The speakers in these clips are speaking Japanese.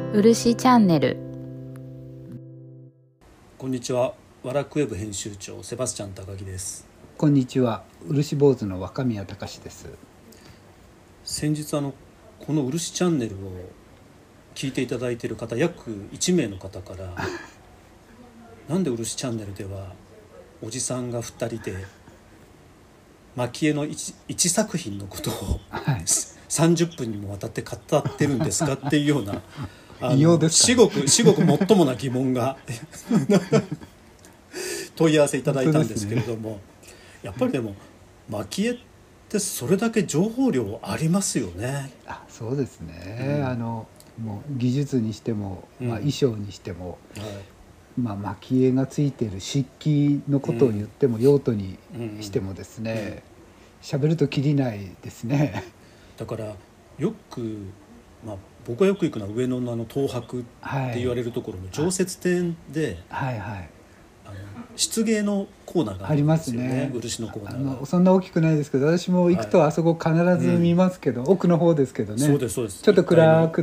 漆チャンネル。 こんにちは。ワラクウェブ編集長セバスチャン高木です。 こんにちは。漆坊主の若宮隆です。 先日この漆チャンネルを聞いていただいている方約1名の方からなんで漆チャンネルではおじさんが2人で蒔絵の 1作品のことを、はい、30分にもわたって語ってるんですかっていうような至極最もな疑問が問い合わせいただいたんですけれども、やっぱりでも蒔絵ってそれだけ情報量ありますよね。 そうですね、もう技術にしても、衣装にしても、蒔絵がついている漆器のことを言っても、用途にしてもですね、喋るときりないですね。 だからよく、僕がよく行くのは上野の東博って言われるところの常設展で、漆芸のコーナーがあるんですよね。漆のコーナーがそんな大きくないですけど、私も行くとあそこ必ず見ますけど、奥の方ですけどね。 そうですそうです。 ちょっと暗くって、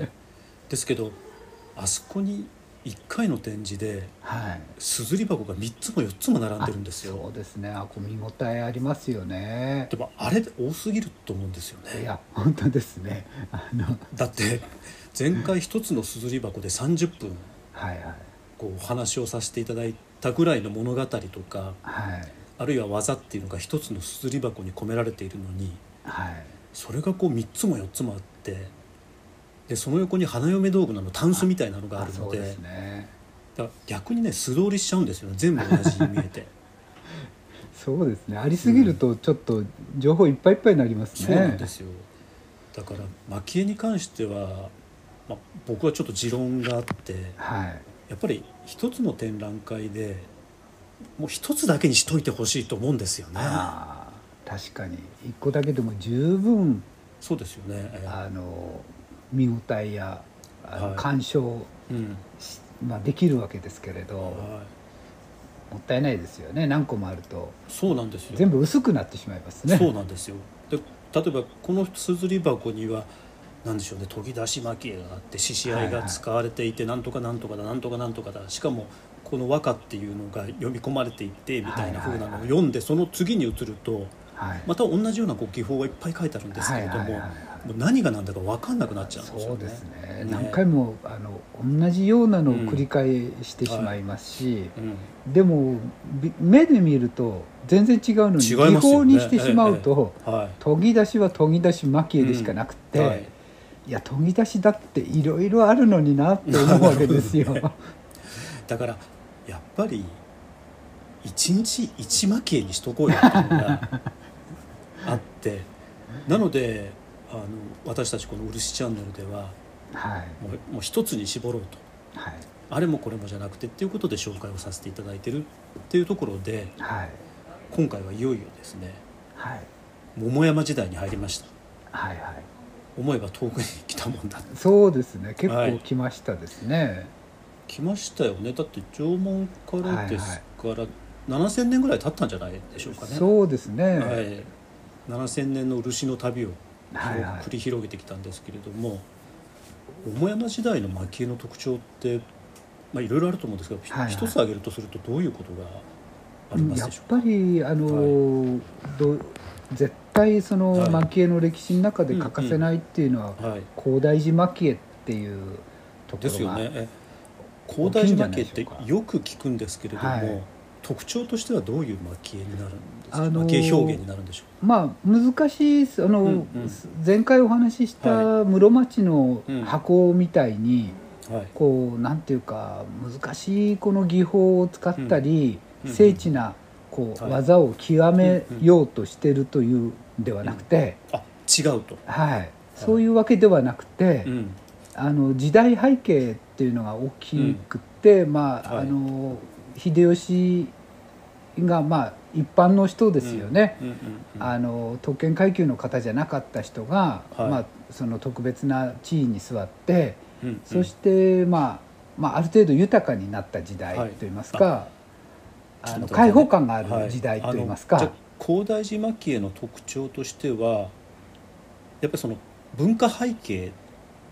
ですけどあそこに1回の展示で、すずり箱が3つも4つも並んでるんですよ。 そうですね。見応えありますよね。 でもあれ多すぎると思うんですよね。 いや本当ですね。 だって前回1つのすずり箱で30分こうお話をさせていただいたぐらいの物語とか、あるいは技っていうのが1つのすずり箱に込められているのに、それがこう3つも4つもあって、でその横に花嫁道具のタンスみたいなのがあるので、だから逆にね素通りしちゃうんですよね。全部同じに見えてそうですね。ありすぎるとちょっと情報いっぱいいっぱいになりますね。 そうなんですよ。だから蒔絵に関しては、僕はちょっと持論があって、やっぱり一つの展覧会でもう一つだけにしといてほしいと思うんですよね。 確かに一個だけでも十分そうですよね。 見応えや鑑賞、できるわけですけれど、もったいないですよね。何個もあると。 そうなんですよ。 全部薄くなってしまいますね。 そうなんですよ。で例えばこのすずり箱には何でしょうね、研ぎ出し蒔絵があって獅子合が使われていて、なんとかなんとかだなんとかなんとかだ、しかもこの和歌っていうのが読み込まれていってみたいな風なのを読んで、その次に移るとまた同じような技法がいっぱい書いてあるんですけれども、もう何が何だか分かんなくなっちゃうんですよね。 そうですね。何回も同じようなのを繰り返してしまいますし、でも目で見ると全然違うのに技法にしてしまうと、研ぎ出しは研ぎ出し蒔絵でしかなくて、いや研ぎ出しだっていろいろあるのになって思うわけですよ。 だからやっぱり一日一蒔絵にしとこうよっていうのがあってなので私たちこの漆チャンネルでは、もう一つに絞ろうと、あれもこれもじゃなくてっていうことで紹介をさせていただいてるっていうところで、今回はいよいよですね、桃山時代に入りました。思えば遠くに来たもんだ。 そうですね。結構来ましたですね。 来ましたよね。だって縄文からですから、7000年ぐらい経ったんじゃないでしょうかね。 そうですね。 7000年の漆の旅を繰り広げてきたんですけれども、桃山時代の蒔絵の特徴っていろいろあると思うんですけど、一つ挙げるとするとどういうことがありますでしょうか。 やっぱり絶対その蒔絵の歴史の中で欠かせないっていうのは、高台寺蒔絵っていうところがですよね。 高台寺蒔絵ってよく聞くんですけれども、特徴としてはどういう蒔絵になるんですか。蒔絵表現になるんでしょうか。 難しい前回お話しした室町の箱みたいに、こうなんていうか難しいこの技法を使ったり、精緻なこう技を極めようとしてるというんではなくて、 違うと、 そういうわけではなくて、時代背景っていうのが大きくて、秀吉が一般の人ですよね。特権階級の方じゃなかった人が、その特別な地位に座って、そしてある程度豊かになった時代といいますか、開放感がある時代といいますか。 高台寺蒔絵の特徴としてはやっぱりその文化背景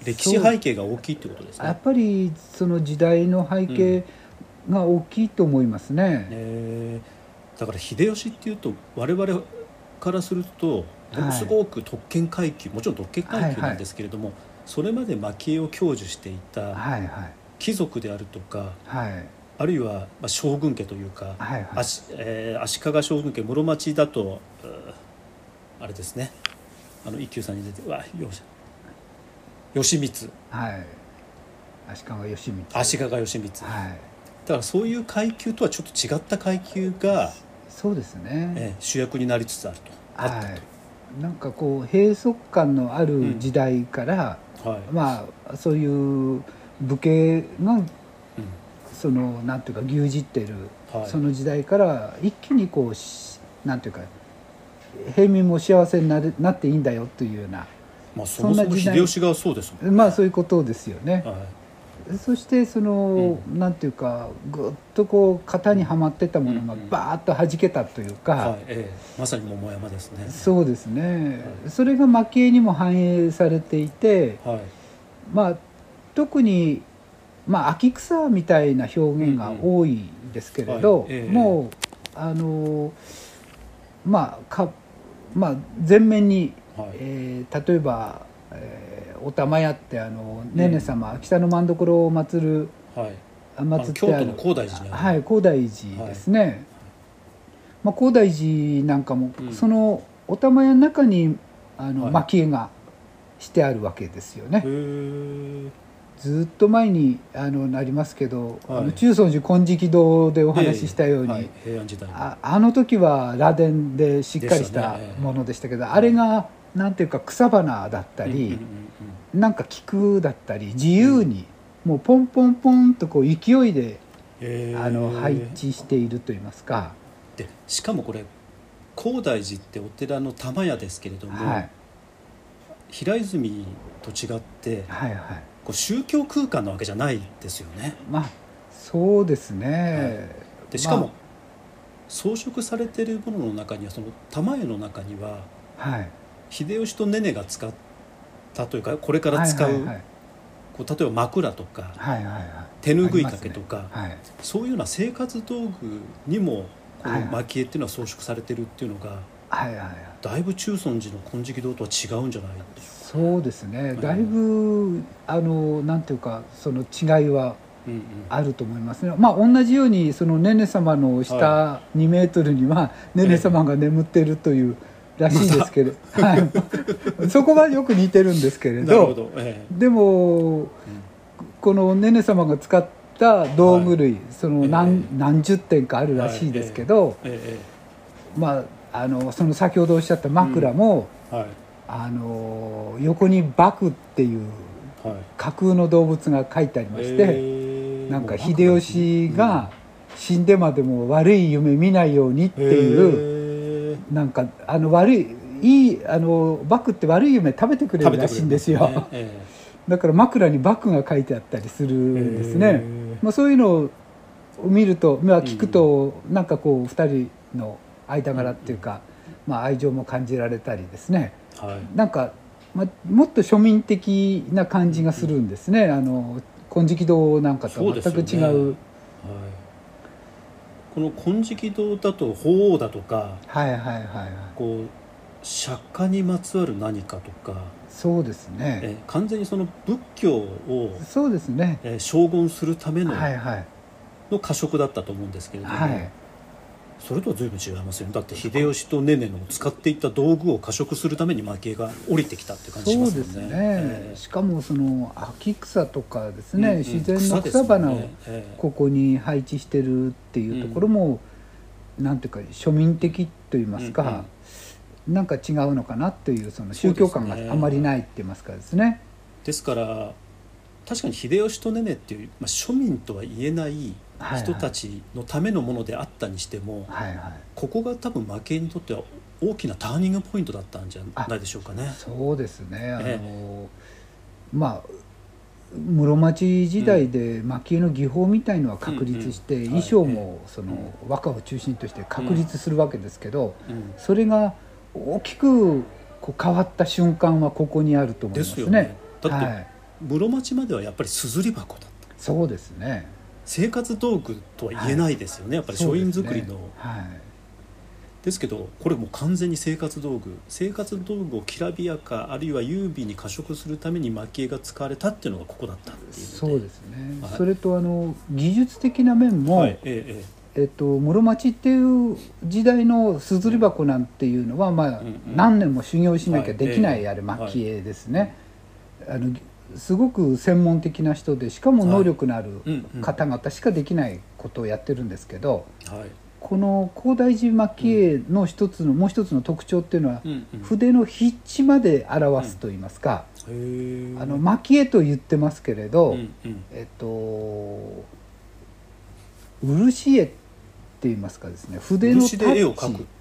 歴史背景が大きいってことですね。 やっぱりその時代の背景が大きいと思いますね。 だから秀吉っていうと我々からするとものすごく特権階級、もちろん特権階級なんですけれども、それまで蒔絵を享受していた貴族であるとか、あるいは将軍家というか、足利将軍家室町だとあれですね、一休さんに出て義満、 足利義満、 だからそういう階級とはちょっと違った階級がそうですね、 主役になりつつあると、あったと。 なんかこう閉塞感のある時代から、そういう武家が、そのなんていうか牛耳っている、その時代から一気にこうなんていうか平民も幸せになっていいんだよというような、 そもそも秀吉がそうですもんね。 そういうことですよね。そしてその、なんていうかぐっとこう型にはまってたものがバーッと弾けたというか、 まさに桃山ですね。 そうですね、それが蒔絵にも反映されていて、特に秋草みたいな表現が多いですけれど、もう前面に、例えばお玉屋ってねね様、北の政所を祀る、 京都の高台寺にある、 高台寺ですね。高台寺なんかも、そのお玉屋の中に蒔絵がしてあるわけですよね。ずっと前になりますけど、中尊寺金色堂でお話ししたように、 平安時代あの時は螺鈿でしっかりしたものでしたけど、あれがなんていうか草花だったり、なんか菊だったり自由に、もうポンポンポンとこう勢いで、配置しているといいますか。 でしかもこれ高台寺ってお寺の玉屋ですけれども、平泉と違って、こう宗教空間なわけじゃないですよね。 そうですね。 でしかも、装飾されているものの中には、その玉屋の中には、秀吉とねねが使ったというかこれから使う、こう例えば枕とか、手ぬぐい掛けとか、そういうような生活道具にもこの蒔絵っていうのは装飾されてるっていうのが、だいぶ中尊寺の金色堂とは違うんじゃないでしょうか。 そうですね、だいぶなんていうかその違いはあると思いますね。同じようにそのねね様の下2メートルにはねね様が眠っているというらしいですけれど、そこはよく似てるんですけれど、でもこのねね様が使った道具類、その何十点かあるらしいですけど、その先ほどおっしゃった枕も、横にバクっていう架空の動物が書いてありまして、なんか秀吉が死んでまでも悪い夢見ないようにっていう、なんか悪いバクって悪い夢食べてくれるらしいんですよ。だから枕にバクが書いてあったりするんですね。そういうのを見ると、聞くと、なんかこう2人の間柄っていうか、愛情も感じられたりですね、なんか、もっと庶民的な感じがするんですね。金色堂なんかと全く違う。 この金色堂だと鳳凰だとか、こう釈迦にまつわる何かとか、 そうですね、 完全にその仏教をそうですね、 称言するための化飾だったと思うんですけれども、それとは随分違いますよね。だって秀吉とねねの使っていった道具を化飾するために蒔絵が降りてきたって感じしますよね。 そうですね、しかもその秋草とかですね、自然の草花をここに配置してるっていうところも、なんていうか庶民的といいますか、なんか違うのかなっていう、その宗教感があまりないって言いますかですね。 ですから確かに秀吉とねねっていう、庶民とは言えない人たちのためのものであったにしても、ここが多分蒔絵にとっては大きなターニングポイントだったんじゃないでしょうかね。 そうですね、室町時代で蒔絵の技法みたいのは確立して、衣装もその和歌を中心として確立するわけですけど、それが大きくこう変わった瞬間はここにあると思いますね。 だって室町まではやっぱり硯箱だった。 そうですね。 生活道具とは言えないですよね、やっぱり書院作りの。ですけどこれもう完全に生活道具をきらびやかあるいは優美に加色するために蒔絵が使われたっていうのがここだったっていうので。 そうですね、はい、それと技術的な面も、室町っていう時代の硯箱なんていうのは、何年も修行しなきゃできないあれ蒔絵ですね。すごく専門的な人でしかも能力のある方々しかできないことをやってるんですけど、この高台寺蒔絵のもう一つの特徴っていうのは、筆の筆致まで表すといいますか、蒔絵と言ってますけれど、漆絵って言いますかですね、筆のタッチ、 漆で絵を描く、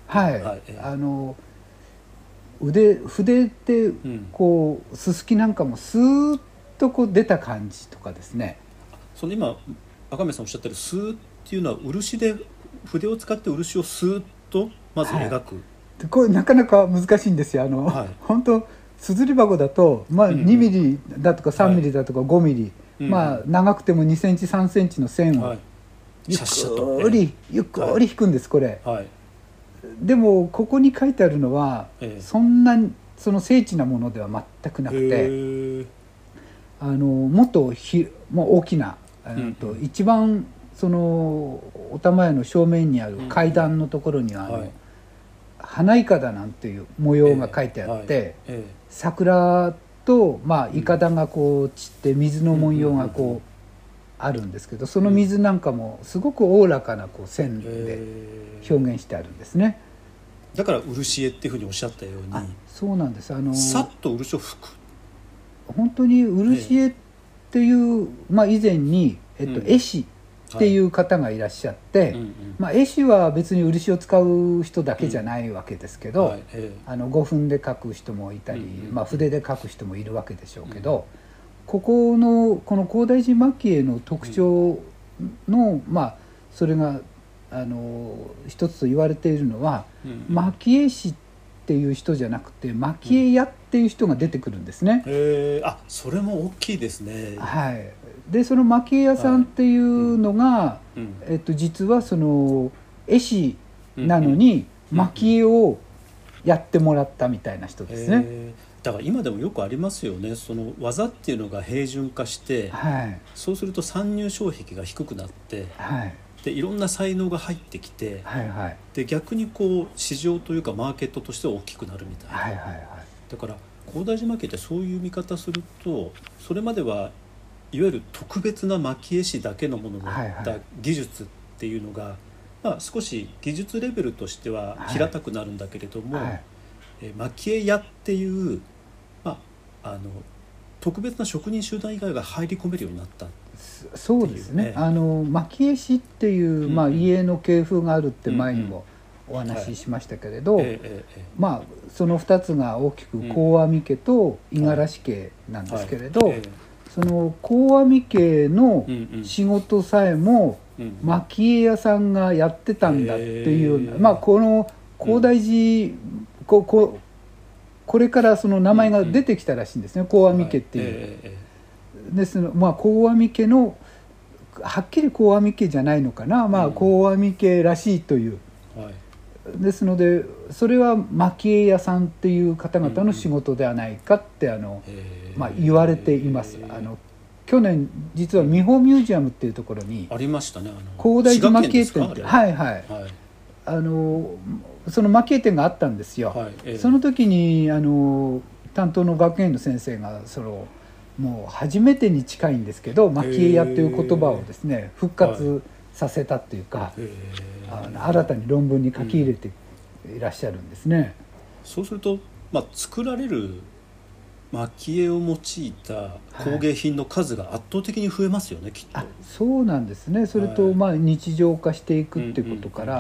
筆ってこうすすきなんかもスーッとこう出た感じとかですね。 その今赤目さんおっしゃってるスーっていうのは漆で筆を使って漆をスーッとまず描く、 これなかなか難しいんですよ。本当硯箱だと、2ミリだとか3ミリだとか5ミリ、長くても2センチ3センチの線をゆっくり引くんですこれ。でもここに書いてあるのは、そんなにその精緻なものでは全くなくて、もっともう大きな、一番そのお玉屋の正面にある階段のところには花いかだなんていう模様が書いてあって、桜といかだがこう散って水の文様がこうあるんですけど、その水なんかもすごくおおらかなこう線で表現してあるんですね。 だから漆絵っていうふうにおっしゃったように、 そうなんです。 さっと漆を吹く。 本当に漆絵っていう、以前に、絵師っていう方がいらっしゃって、絵師は別に漆を使う人だけじゃないわけですけど、5分で描く人もいたり、筆で描く人もいるわけでしょうけど、この高台寺蒔絵の特徴の、それが一つと言われているのは、蒔絵師っていう人じゃなくて蒔絵屋っていう人が出てくるんですね。 それも大きいですね。 でその蒔絵屋さんっていうのが、実はその絵師なのに蒔絵をやってもらったみたいな人ですね。 だから今でもよくありますよね。その技っていうのが平準化して、そうすると参入障壁が低くなって、でいろんな才能が入ってきて、で逆にこう市場というかマーケットとしては大きくなるみたいな、だから高台寺蒔絵ってそういう見方すると、それまではいわゆる特別な蒔絵師だけのものだった技術っていうのが、少し技術レベルとしては平たくなるんだけれども、蒔絵屋っていう、特別な職人集団以外が入り込めるようになったっていうね。 そうですね。蒔絵師っていう、家の系風があるって前にもお話ししましたけれど、その2つが大きく高阿弥家と五十嵐家なんですけれど、その高阿弥家の仕事さえも蒔絵屋さんがやってたんだっていうような、この高台寺これからその名前が出てきたらしいんですね、高阿弥家っていう。ですので、高阿弥家のはっきり高阿弥家じゃないのかな、高阿弥家らしいという、ですのでそれは蒔絵屋さんっていう方々の仕事ではないかって言われています。去年実は美保ミュージアムっていうところにありましたね、 高台寺蒔絵展ってその蒔絵展があったんですよ。その時に担当の学芸員の先生がもう初めてに近いんですけど、蒔絵屋という言葉をですね復活させたというか、新たに論文に書き入れていらっしゃるんですね。 そうすると、作られる蒔絵を用いた工芸品の数が圧倒的に増えますよね、きっと。 そうなんですね。それと、日常化していくっていうことから、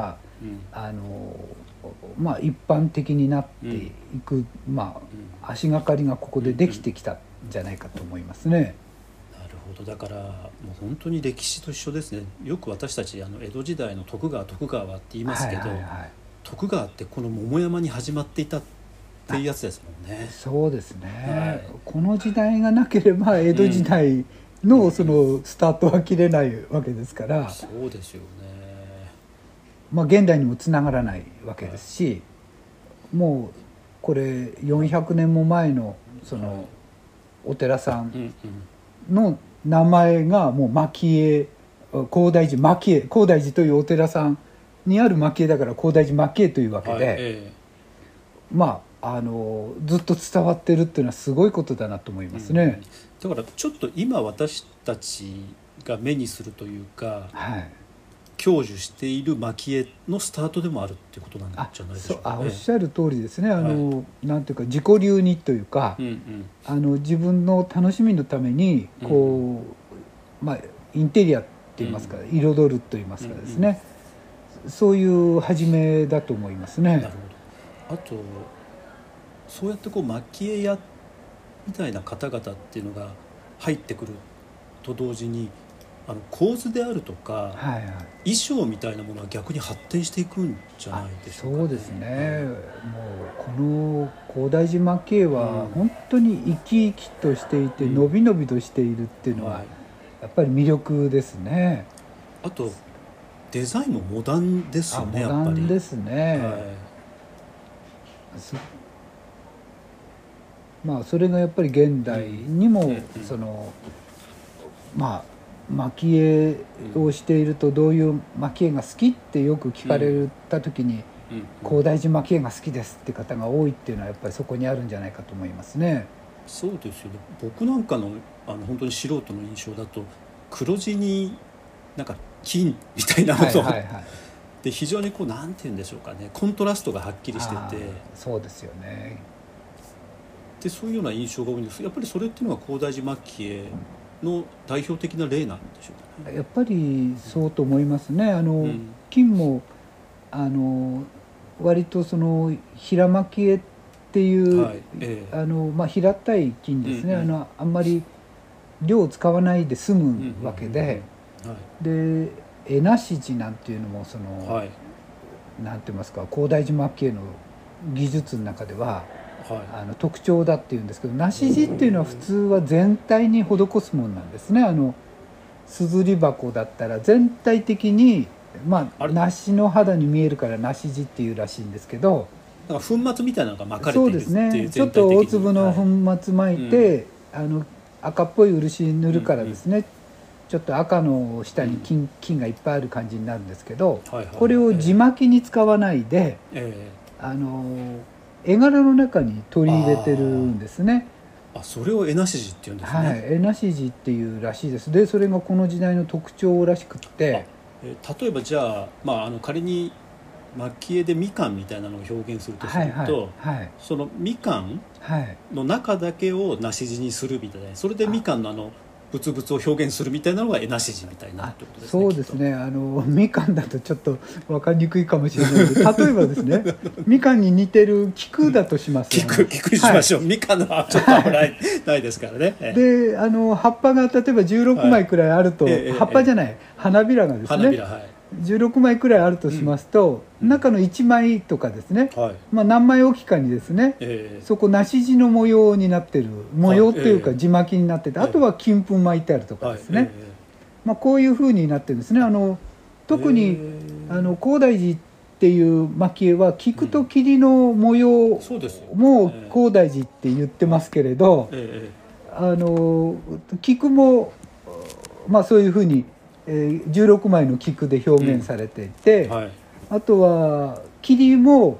一般的になっていく、足がかりがここでできてきたんじゃないかと思いますね。 なるほど。だからもう本当に歴史と一緒ですね。よく私たち江戸時代の徳川って言いますけど、徳川ってこの桃山に始まっていたってっていうやつですもんね。 そうですね、 はい、 この時代がなければ江戸時代のそのスタートは切れないわけですから、 そうですよね。 まあ、現代にもつながらないわけですし、もうこれ400年も前のそのお寺さんの名前がもう蒔絵、高大寺蒔絵、高大寺というお寺さんにある蒔絵だから高大寺蒔絵というわけで、まあずっと伝わってるっていうのはすごいことだなと思いますね。 だからちょっと今私たちが目にするというか、 はい、 享受している蒔絵のスタートでもあるっていうことなんじゃないでしょうかね。 おっしゃる通りですね。なんていうか自己流にというか、自分の楽しみのためにこう、まあインテリアって言いますか、彩ると言いますかですね、そういう始めだと思いますね。なるほど。あとそうやってこう蒔絵屋みたいな方々っていうのが入ってくると同時に構図であるとか、衣装みたいなものは逆に発展していくんじゃないでしょうかね。 そうですね、もうこの高大寺蒔絵は本当に生き生きとしていて、のびのびとしているっていうのはやっぱり魅力ですね。 あとデザインもモダンですよね。 モダンですね。まあそれがやっぱり現代にもそのまあ蒔絵をしているとどういう蒔絵が好きってよく聞かれた時に高大寺蒔絵が好きですって方が多いっていうのはやっぱりそこにあるんじゃないかと思いますね。 そうですよね。僕なんかの本当に素人の印象だと黒地になんか金みたいなもので非常にこうなんて言うんでしょうかね、コントラストがはっきりしてて、 そうですよね。 でそういうような印象が多いんです。やっぱりそれっていうのは高大寺蒔絵の代表的な例なんでしょうかね。 やっぱりそうと思いますね。金も割とその平蒔絵っていう、平たい金ですね、あんまり量を使わないで済むわけで、で絵なし地なんていうのもその、なんて言いますか、高大寺蒔絵の技術の中では特徴だっていうんですけど、梨地っていうのは普通は全体に施すものなんですね。すずり箱だったら全体的に梨の肌に見えるから梨地っていうらしいんですけど、 なんか粉末みたいなのが巻かれているっていう、そうですね、 ちょっと大粒の粉末巻いて、赤っぽい漆塗るからですね、ちょっと赤の下に金がいっぱいある感じになるんですけど、これを地巻きに使わないで、絵柄の中に取り入れてるんですね。 それを絵なし地っていうんですね。 絵なし地っていうらしいです。でそれがこの時代の特徴らしくって、 例えばじゃあ、仮に蒔絵でみかんみたいなのを表現するとすると、そのみかんの中だけをなし地にするみたいな、それでみかんのブツブツを表現するみたいなのが絵なし地みたいなってことですね。 そうですね。みかんだとちょっと分かりにくいかもしれないので、例えばですねみかんに似てる菊だとします。 菊にしましょう。みかんのはちょっと危ないですからね。 で葉っぱが例えば16枚くらいあると、葉っぱじゃない花びらがですね、16枚くらいあるとしますと、中の1枚とかですね、何枚おきかにですね、そこ梨地の模様になってる、模様っていうか地巻きになってて、あとは金粉巻いてあるとかですね、こういう風になってるんですね。特に高大寺っていう蒔絵は菊と桐の模様も高大寺って言ってますけれど、菊もそういう風に16枚の菊で表現されていて、あとは桐も、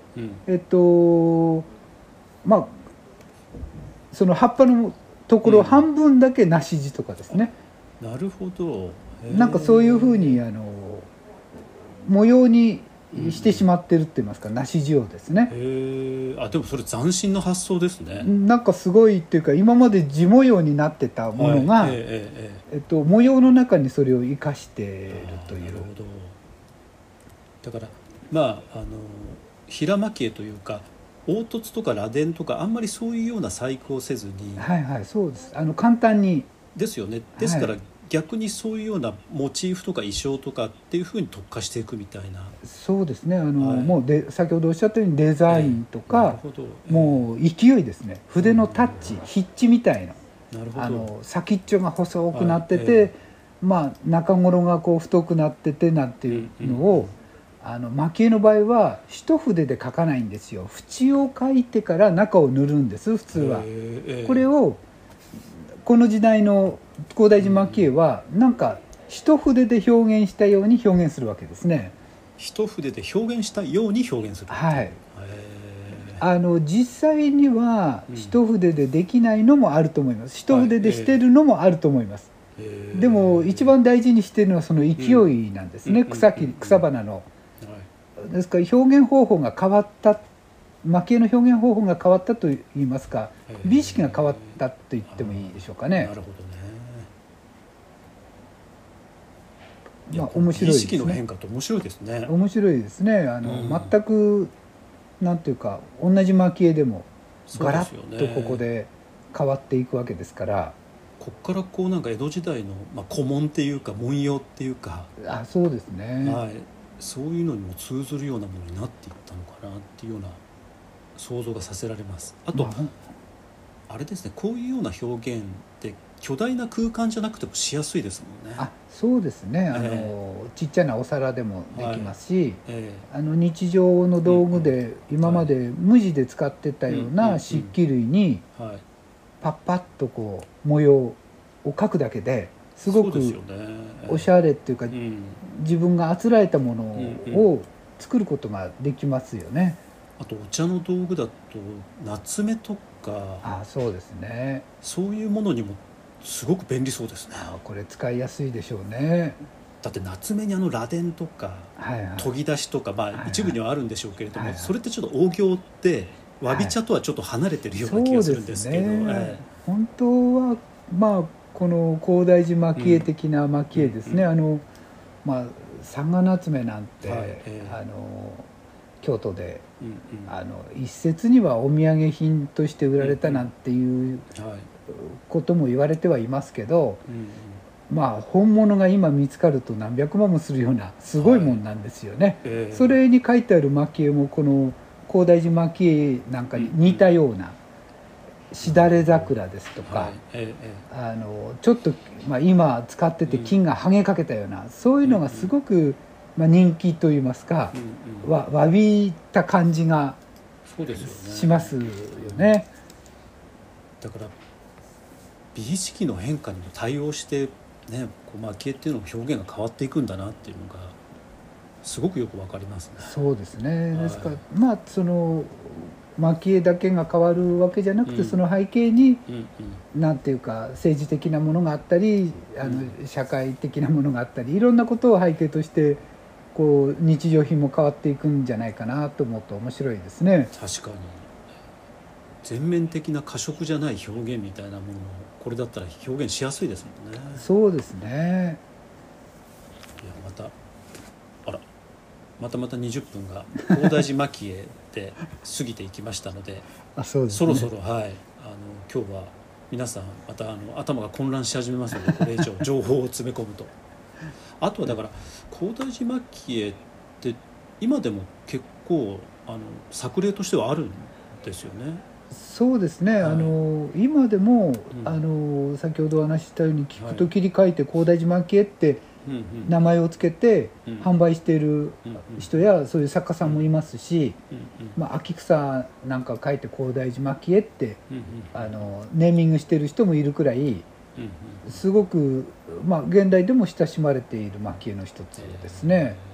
その葉っぱのところ半分だけ梨地とかですね。 なるほど。 なんかそういうふうに模様にしてしまってるって言いますか、梨地をですね。 でもそれ斬新な発想ですね。 なんかすごいっていうか、今まで地模様になってたものが、模様の中にそれを生かしているという。なるほど。だから平蒔絵というか凹凸とか螺鈿とかあんまりそういうような細工をせずに、 そうです。簡単にですよね。ですから、 逆にそういうようなモチーフとか意匠とかっていうふうに特化していくみたいな。 そうですね、もうで先ほどおっしゃったようにデザインとか、もう勢いですね、筆のタッチ、筆致みたいな、 なるほど、 先っちょが細くなってて、中頃がこう太くなっててなんていうのを、蒔絵の場合は一筆で描かないんですよ。縁を描いてから中を塗るんです、普通は。これをこの時代の高台寺蒔絵はなんか一筆で表現したように表現するわけですね。 一筆で表現したように表現する。 はい。実際には一筆でできないのもあると思います。一筆でしてるのもあると思います。でも一番大事にしているのはその勢いなんですね。草花の。ですから表現方法が変わった、蒔絵の表現方法が変わったといいますか、美意識が変わったと言ってもいいでしょうかね。 なるほどね。 面白いですね。 美意識の変化って面白いですね。 面白いですね。全くなんていうか同じ蒔絵でもガラッとここで変わっていくわけですから。 ここからこうなんか江戸時代の、古文っていうか文様っていうか、 そうですね、 そういうのにも通ずるようなものになっていったのかなっていうような想像がさせられます。あと、あれですね、こういうような表現って巨大な空間じゃなくてもしやすいですもんね。 そうですね、ちっちゃなお皿でもできますし、日常の道具で今まで無地で使ってたような漆器類にパッパッとこう模様を描くだけですごくおしゃれっていうか、自分があつらえたものを作ることができますよね。 あとお茶の道具だと夏目とか、 そうですね、 そういうものにもすごく便利そうですね。 これ使いやすいでしょうね。 だって夏目に螺鈿とか、研ぎ出しとか、一部にはあるんでしょうけれども、それってちょっと応行ってわび茶とはちょっと離れてるような気がするんですけど、 本当はこの高台寺蒔絵的な蒔絵ですね、三ヶ夏目なんて、京都で、一説にはお土産品として売られたなんていうことも言われてはいますけど、本物が今見つかると何百万もするようなすごいもんなんですよね。それに書いてある蒔絵もこの高台寺蒔絵なんかに似たような、しだれ桜ですとか、ちょっと、今使ってて金が剥げかけたような、そういうのがすごく、人気といいますか、わびた感じがしますよね。 だから美意識の変化にも対応してね、蒔絵っていうのも表現が変わっていくんだなっていうのがすごくよくわかりますね。 そうですね。ですからその蒔絵だけが変わるわけじゃなくて、その背景になんていうか政治的なものがあったり、社会的なものがあったり、いろんなことを背景としてこう日常品も変わっていくんじゃないかなと思うと面白いですね。 確かに全面的な過色じゃない表現みたいなものをこれだったら表現しやすいですもんね。 そうですね。 また20分が高台寺蒔絵で過ぎていきましたのでそうですね、 そろそろ、今日は皆さんまた頭が混乱し始めますので、これ以上情報を詰め込むとあとはだから高台寺蒔絵って今でも結構作例としてはあるんですよね。 そうですね、今でも、先ほどお話ししたように聞くと切り替えて高台寺蒔絵って名前をつけて販売している人やそういう作家さんもいますし、秋草なんか書いて高台寺蒔絵ってネーミングしている人もいるくらい、すごく現代でも親しまれている蒔絵の一つですね。 なるほ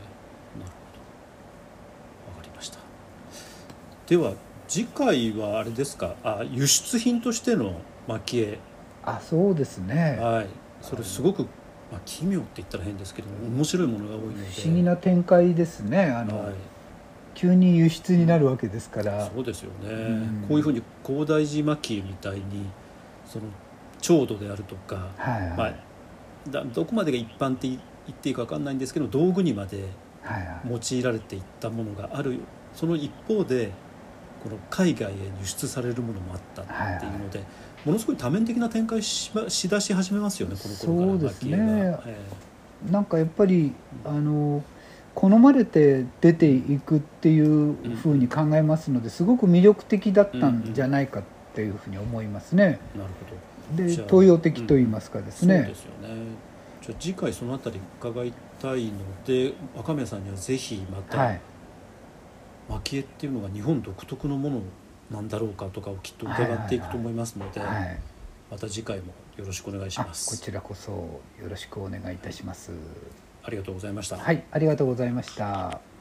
ど、わかりました。では次回はあれですか、輸出品としての蒔絵。 そうですね。 それすごく奇妙って言ったら変ですけど面白いものが多いので不思議な展開ですね。急に輸出になるわけですから。 そうですよね、こういうふうに高台寺蒔絵みたいにその調度であるとか、どこまでが一般って言っていいか分かんないんですけど、道具にまで用いられていったものがある、その一方でこの海外へ輸出されるものもあったっていうので、ものすごい多面的な展開しだし始めますよね、この頃からそうですね、なんかやっぱり好まれて出ていくっていうふうに考えますので、すごく魅力的だったんじゃないかっていうふうに思いますね。 なるほど。 で東洋的といいますかですね、 そうですよね。じゃあ次回そのあたり伺いたいので、若宮さんにはぜひまた、蒔絵っていうのが日本独特のものなんだろうかとかをきっと伺っていくと思いますので、また次回もよろしくお願いします。 こちらこそよろしくお願いいたします。 ありがとうございました。 はい、ありがとうございました。